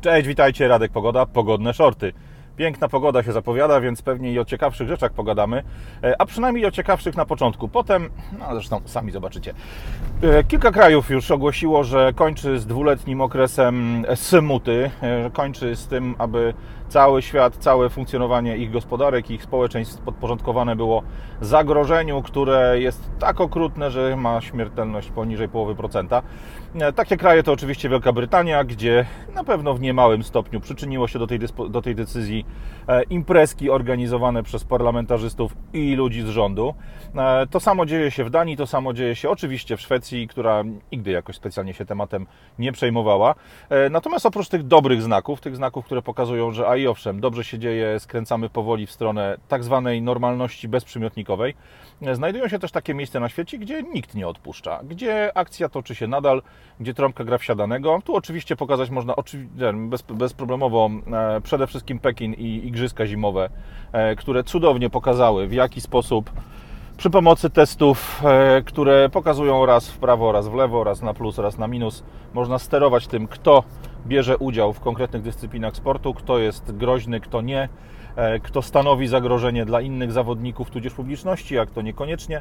Cześć, witajcie, Radek Pogoda, pogodne shorty. Piękna pogoda się zapowiada, więc pewnie i o ciekawszych rzeczach pogadamy, a przynajmniej o ciekawszych na początku. Potem, no zresztą sami zobaczycie. Kilka krajów już ogłosiło, że kończy z dwuletnim okresem smuty, że kończy z tym, aby cały świat, całe funkcjonowanie ich gospodarek, ich społeczeństw podporządkowane było zagrożeniu, które jest tak okrutne, że ma śmiertelność poniżej 0,5%. Takie kraje to oczywiście Wielka Brytania, gdzie na pewno w niemałym stopniu przyczyniło się do tej decyzji imprezki organizowane przez parlamentarzystów i ludzi z rządu. To samo dzieje się w Danii, to samo dzieje się oczywiście w Szwecji, która nigdy jakoś specjalnie się tematem nie przejmowała. Natomiast oprócz tych dobrych znaków, tych znaków, które pokazują, że a i owszem, dobrze się dzieje, skręcamy powoli w stronę tak zwanej normalności bezprzymiotnikowej, znajdują się też takie miejsca na świecie, gdzie nikt nie odpuszcza, gdzie akcja toczy się nadal, gdzie trąbka gra wsiadanego. Tu oczywiście pokazać można bezproblemowo przede wszystkim Pekin i igrzyska zimowe, które cudownie pokazały, w jaki sposób przy pomocy testów, które pokazują raz w prawo, raz w lewo, raz na plus, raz na minus, można sterować tym, kto bierze udział w konkretnych dyscyplinach sportu, kto jest groźny, kto nie, kto stanowi zagrożenie dla innych zawodników, tudzież publiczności, a kto niekoniecznie.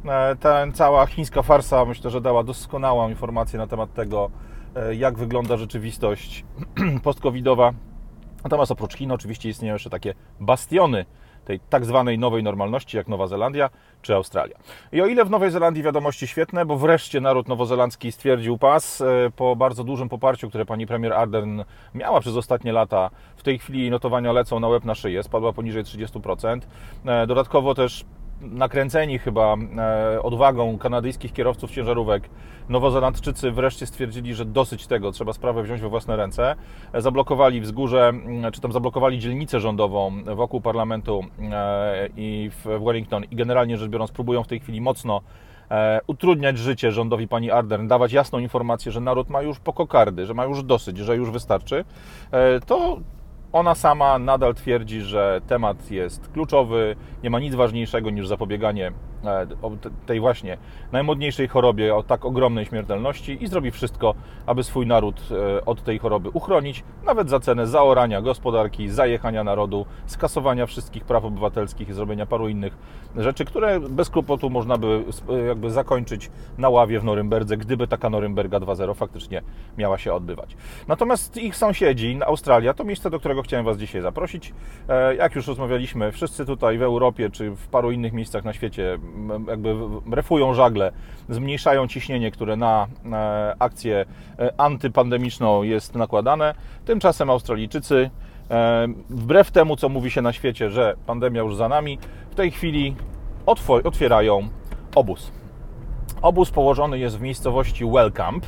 Ta cała chińska farsa, myślę, że dała doskonałą informację na temat tego, jak wygląda rzeczywistość post-covidowa. Natomiast oprócz Chin oczywiście istnieją jeszcze takie bastiony tej tak zwanej nowej normalności, jak Nowa Zelandia czy Australia. I o ile w Nowej Zelandii wiadomości świetne, bo wreszcie naród nowozelandzki stwierdził pas, po bardzo dużym poparciu, które pani premier Ardern miała przez ostatnie lata, w tej chwili notowania lecą na łeb na szyję, spadła poniżej 30%. Dodatkowo też nakręceni chyba odwagą kanadyjskich kierowców ciężarówek, Nowozelandczycy wreszcie stwierdzili, że dosyć tego, trzeba sprawę wziąć we własne ręce. Zablokowali wzgórze, czy tam zablokowali dzielnicę rządową wokół parlamentu i w Wellington i generalnie rzecz biorąc próbują w tej chwili mocno utrudniać życie rządowi pani Ardern, dawać jasną informację, że naród ma już po kokardy, że ma już dosyć, że już wystarczy. To ona sama nadal twierdzi, że temat jest kluczowy, nie ma nic ważniejszego niż zapobieganie tej właśnie najmodniejszej chorobie o tak ogromnej śmiertelności i zrobi wszystko, aby swój naród od tej choroby uchronić, nawet za cenę zaorania gospodarki, zajechania narodu, skasowania wszystkich praw obywatelskich i zrobienia paru innych rzeczy, które bez kłopotu można by jakby zakończyć na ławie w Norymberdze, gdyby taka Norymberga 2.0 faktycznie miała się odbywać. Natomiast ich sąsiedzi, Australia, to miejsce, do którego chciałem Was dzisiaj zaprosić. Jak już rozmawialiśmy, wszyscy tutaj w Europie czy w paru innych miejscach na świecie jakby refują żagle, zmniejszają ciśnienie, które na akcję antypandemiczną jest nakładane. Tymczasem Australijczycy, wbrew temu, co mówi się na świecie, że pandemia już za nami, w tej chwili otwierają obóz. Obóz położony jest w miejscowości Wellcamp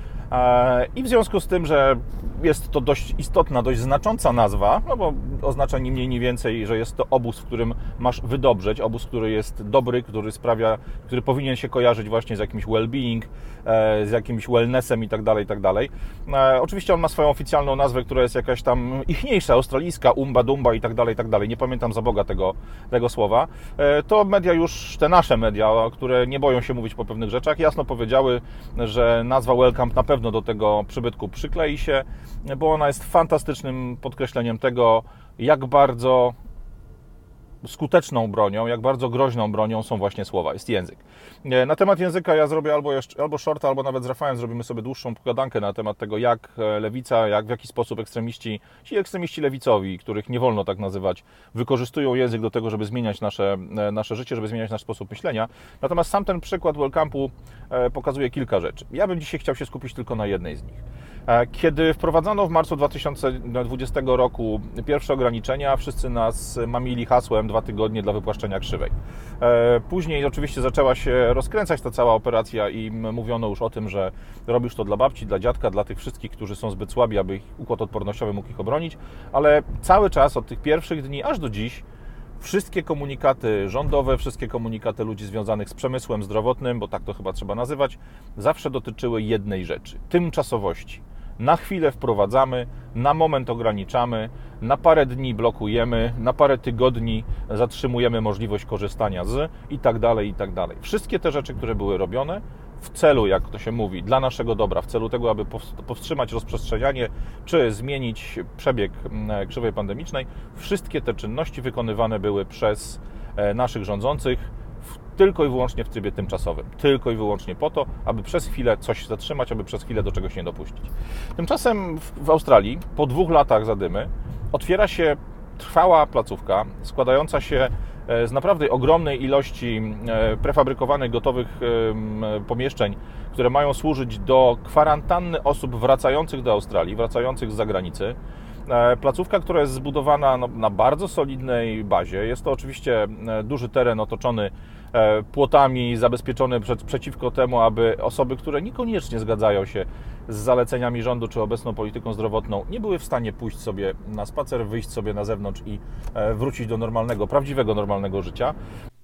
i w związku z tym, że jest to dość istotna, dość znacząca nazwa, no bo oznacza ni mniej, ni więcej, że jest to obóz, w którym masz wydobrzeć, obóz, który jest dobry, który powinien się kojarzyć właśnie z jakimś well-being, z jakimś wellnessem i tak dalej, i tak dalej. Oczywiście on ma swoją oficjalną nazwę, która jest jakaś tam ichniejsza, australijska, umba, dumba i tak dalej, nie pamiętam za Boga tego słowa. To media już, te nasze media, które nie boją się mówić po pewnych rzeczach, jasno powiedziały, że nazwa Wellcamp na pewno do tego przybytku przyklei się, bo ona jest fantastycznym podkreśleniem tego, jak bardzo skuteczną bronią, jak bardzo groźną bronią są właśnie słowa, jest język. Na temat języka ja zrobię albo shorta, albo nawet z Rafałem zrobimy sobie dłuższą pogadankę na temat tego, jak lewica, w jaki sposób ci ekstremiści lewicowi, których nie wolno tak nazywać, wykorzystują język do tego, żeby zmieniać nasze życie, żeby zmieniać nasz sposób myślenia. Natomiast sam ten przykład Wellcampu pokazuje kilka rzeczy. Ja bym dzisiaj chciał się skupić tylko na jednej z nich. Kiedy wprowadzono w marcu 2020 roku pierwsze ograniczenia, wszyscy nas mamili hasłem 2 tygodnie dla wypłaszczenia krzywej. Później oczywiście zaczęła się rozkręcać ta cała operacja i mówiono już o tym, że robisz to dla babci, dla dziadka, dla tych wszystkich, którzy są zbyt słabi, aby ich układ odpornościowy mógł ich obronić, ale cały czas od tych pierwszych dni aż do dziś wszystkie komunikaty rządowe, wszystkie komunikaty ludzi związanych z przemysłem zdrowotnym, bo tak to chyba trzeba nazywać, zawsze dotyczyły jednej rzeczy – tymczasowości. Na chwilę wprowadzamy, na moment ograniczamy, na parę dni blokujemy, na parę tygodni zatrzymujemy możliwość korzystania z i tak dalej, i tak dalej. Wszystkie te rzeczy, które były robione, w celu, jak to się mówi, dla naszego dobra, w celu tego, aby powstrzymać rozprzestrzenianie, czy zmienić przebieg krzywej pandemicznej, wszystkie te czynności wykonywane były przez naszych rządzących tylko i wyłącznie w trybie tymczasowym. Tylko i wyłącznie po to, aby przez chwilę coś zatrzymać, aby przez chwilę do czegoś nie dopuścić. Tymczasem w Australii po 2 latach zadymy otwiera się trwała placówka składająca się z naprawdę ogromnej ilości prefabrykowanych, gotowych pomieszczeń, które mają służyć do kwarantanny osób wracających do Australii, wracających z zagranicy. Placówka, która jest zbudowana na bardzo solidnej bazie. Jest to oczywiście duży teren otoczony płotami, zabezpieczony przeciwko temu, aby osoby, które niekoniecznie zgadzają się z zaleceniami rządu czy obecną polityką zdrowotną, nie były w stanie pójść sobie na spacer, wyjść sobie na zewnątrz i wrócić do normalnego, prawdziwego, normalnego życia.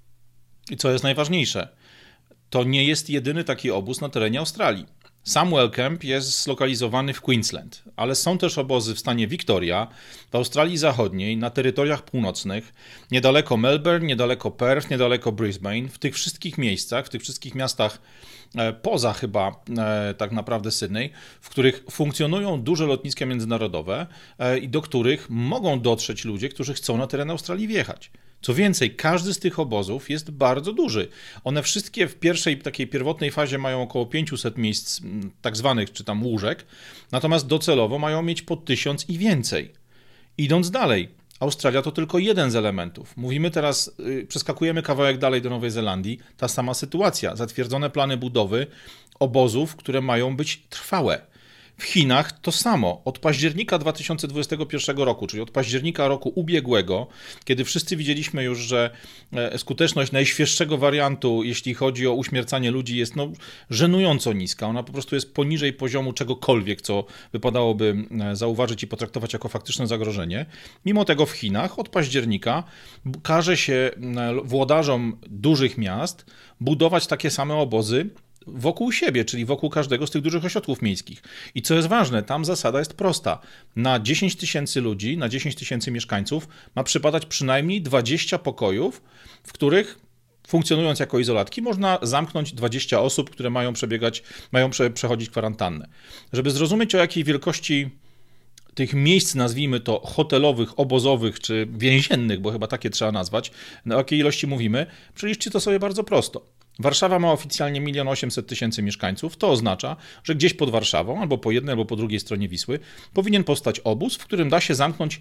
I co jest najważniejsze, to nie jest jedyny taki obóz na terenie Australii. Sam Wellcamp jest zlokalizowany w Queensland, ale są też obozy w stanie Victoria, w Australii Zachodniej, na terytoriach północnych, niedaleko Melbourne, niedaleko Perth, niedaleko Brisbane. W tych wszystkich miejscach, w tych wszystkich miastach poza chyba tak naprawdę Sydney, w których funkcjonują duże lotniska międzynarodowe i do których mogą dotrzeć ludzie, którzy chcą na teren Australii wjechać. Co więcej, każdy z tych obozów jest bardzo duży. One wszystkie w pierwszej, takiej pierwotnej fazie mają około 500 miejsc tak zwanych, czy tam łóżek, natomiast docelowo mają mieć po 1000 i więcej. Idąc dalej, Australia to tylko jeden z elementów. Mówimy teraz, przeskakujemy kawałek dalej do Nowej Zelandii, ta sama sytuacja. Zatwierdzone plany budowy obozów, które mają być trwałe. W Chinach to samo. Od października 2021 roku, czyli od października roku ubiegłego, kiedy wszyscy widzieliśmy już, że skuteczność najświeższego wariantu, jeśli chodzi o uśmiercanie ludzi, jest żenująco niska. Ona po prostu jest poniżej poziomu czegokolwiek, co wypadałoby zauważyć i potraktować jako faktyczne zagrożenie. Mimo tego w Chinach od października każe się włodarzom dużych miast budować takie same obozy wokół siebie, czyli wokół każdego z tych dużych ośrodków miejskich. I co jest ważne, tam zasada jest prosta. Na 10 tysięcy ludzi, na 10 tysięcy mieszkańców ma przypadać przynajmniej 20 pokojów, w których funkcjonując jako izolatki można zamknąć 20 osób, które mają przechodzić kwarantannę. Żeby zrozumieć, o jakiej wielkości tych miejsc, nazwijmy to hotelowych, obozowych czy więziennych, bo chyba takie trzeba nazwać, o jakiej ilości mówimy, przeliczcie to sobie bardzo prosto. Warszawa ma oficjalnie 1 800 000 mieszkańców. To oznacza, że gdzieś pod Warszawą, albo po jednej, albo po drugiej stronie Wisły, powinien powstać obóz, w którym da się zamknąć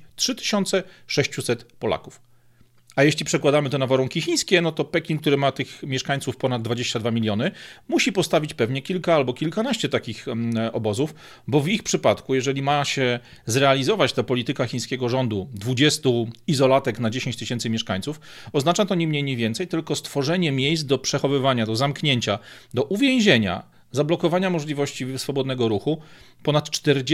3600 Polaków. A jeśli przekładamy to na warunki chińskie, no to Pekin, który ma tych mieszkańców ponad 22 miliony, musi postawić pewnie kilka albo kilkanaście takich obozów, bo w ich przypadku, jeżeli ma się zrealizować ta polityka chińskiego rządu 20 izolatek na 10 tysięcy mieszkańców, oznacza to nie mniej, nie więcej, tylko stworzenie miejsc do przechowywania, do zamknięcia, do uwięzienia, zablokowania możliwości swobodnego ruchu ponad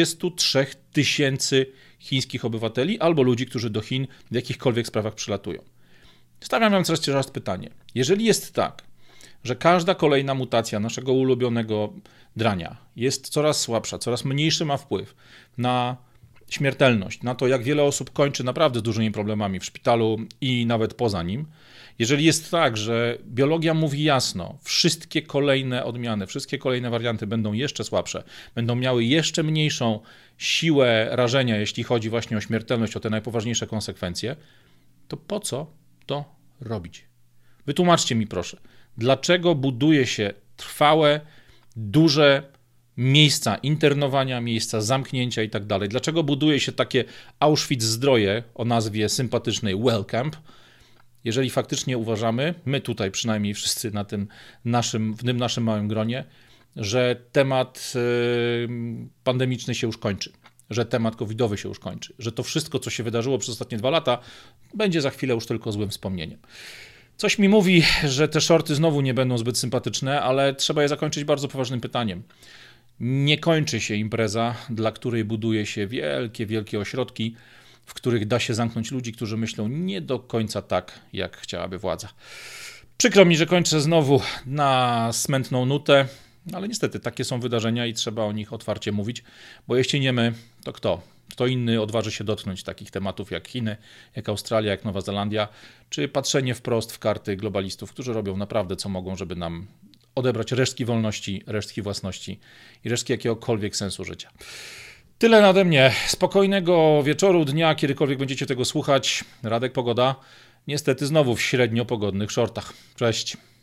43 tysięcy chińskich obywateli albo ludzi, którzy do Chin w jakichkolwiek sprawach przylatują. Stawiam wam jeszcze raz pytanie. Jeżeli jest tak, że każda kolejna mutacja naszego ulubionego drania jest coraz słabsza, coraz mniejszy ma wpływ na śmiertelność, na to, jak wiele osób kończy naprawdę z dużymi problemami w szpitalu i nawet poza nim, jeżeli jest tak, że biologia mówi jasno, wszystkie kolejne odmiany, wszystkie kolejne warianty będą jeszcze słabsze, będą miały jeszcze mniejszą siłę rażenia, jeśli chodzi właśnie o śmiertelność, o te najpoważniejsze konsekwencje, to po co to robić? Wytłumaczcie mi proszę, dlaczego buduje się trwałe, duże miejsca internowania, miejsca zamknięcia i tak dalej? Dlaczego buduje się takie Auschwitz-zdroje o nazwie sympatycznej Wellcamp, jeżeli faktycznie uważamy, my tutaj przynajmniej wszyscy w tym naszym małym gronie, że temat pandemiczny się już kończy, że temat covidowy się już kończy, że to wszystko, co się wydarzyło przez ostatnie 2 lata, będzie za chwilę już tylko złym wspomnieniem. Coś mi mówi, że te shorty znowu nie będą zbyt sympatyczne, ale trzeba je zakończyć bardzo poważnym pytaniem. Nie kończy się impreza, dla której buduje się wielkie, wielkie ośrodki, w których da się zamknąć ludzi, którzy myślą nie do końca tak, jak chciałaby władza. Przykro mi, że kończę znowu na smętną nutę, ale niestety takie są wydarzenia i trzeba o nich otwarcie mówić, bo jeśli nie my, to kto? Kto inny odważy się dotknąć takich tematów jak Chiny, jak Australia, jak Nowa Zelandia, czy patrzenie wprost w karty globalistów, którzy robią naprawdę co mogą, żeby nam odebrać resztki wolności, resztki własności i resztki jakiegokolwiek sensu życia. Tyle nade mnie. Spokojnego wieczoru, dnia, kiedykolwiek będziecie tego słuchać. Radek Pogoda, niestety znowu w średnio pogodnych shortach. Cześć.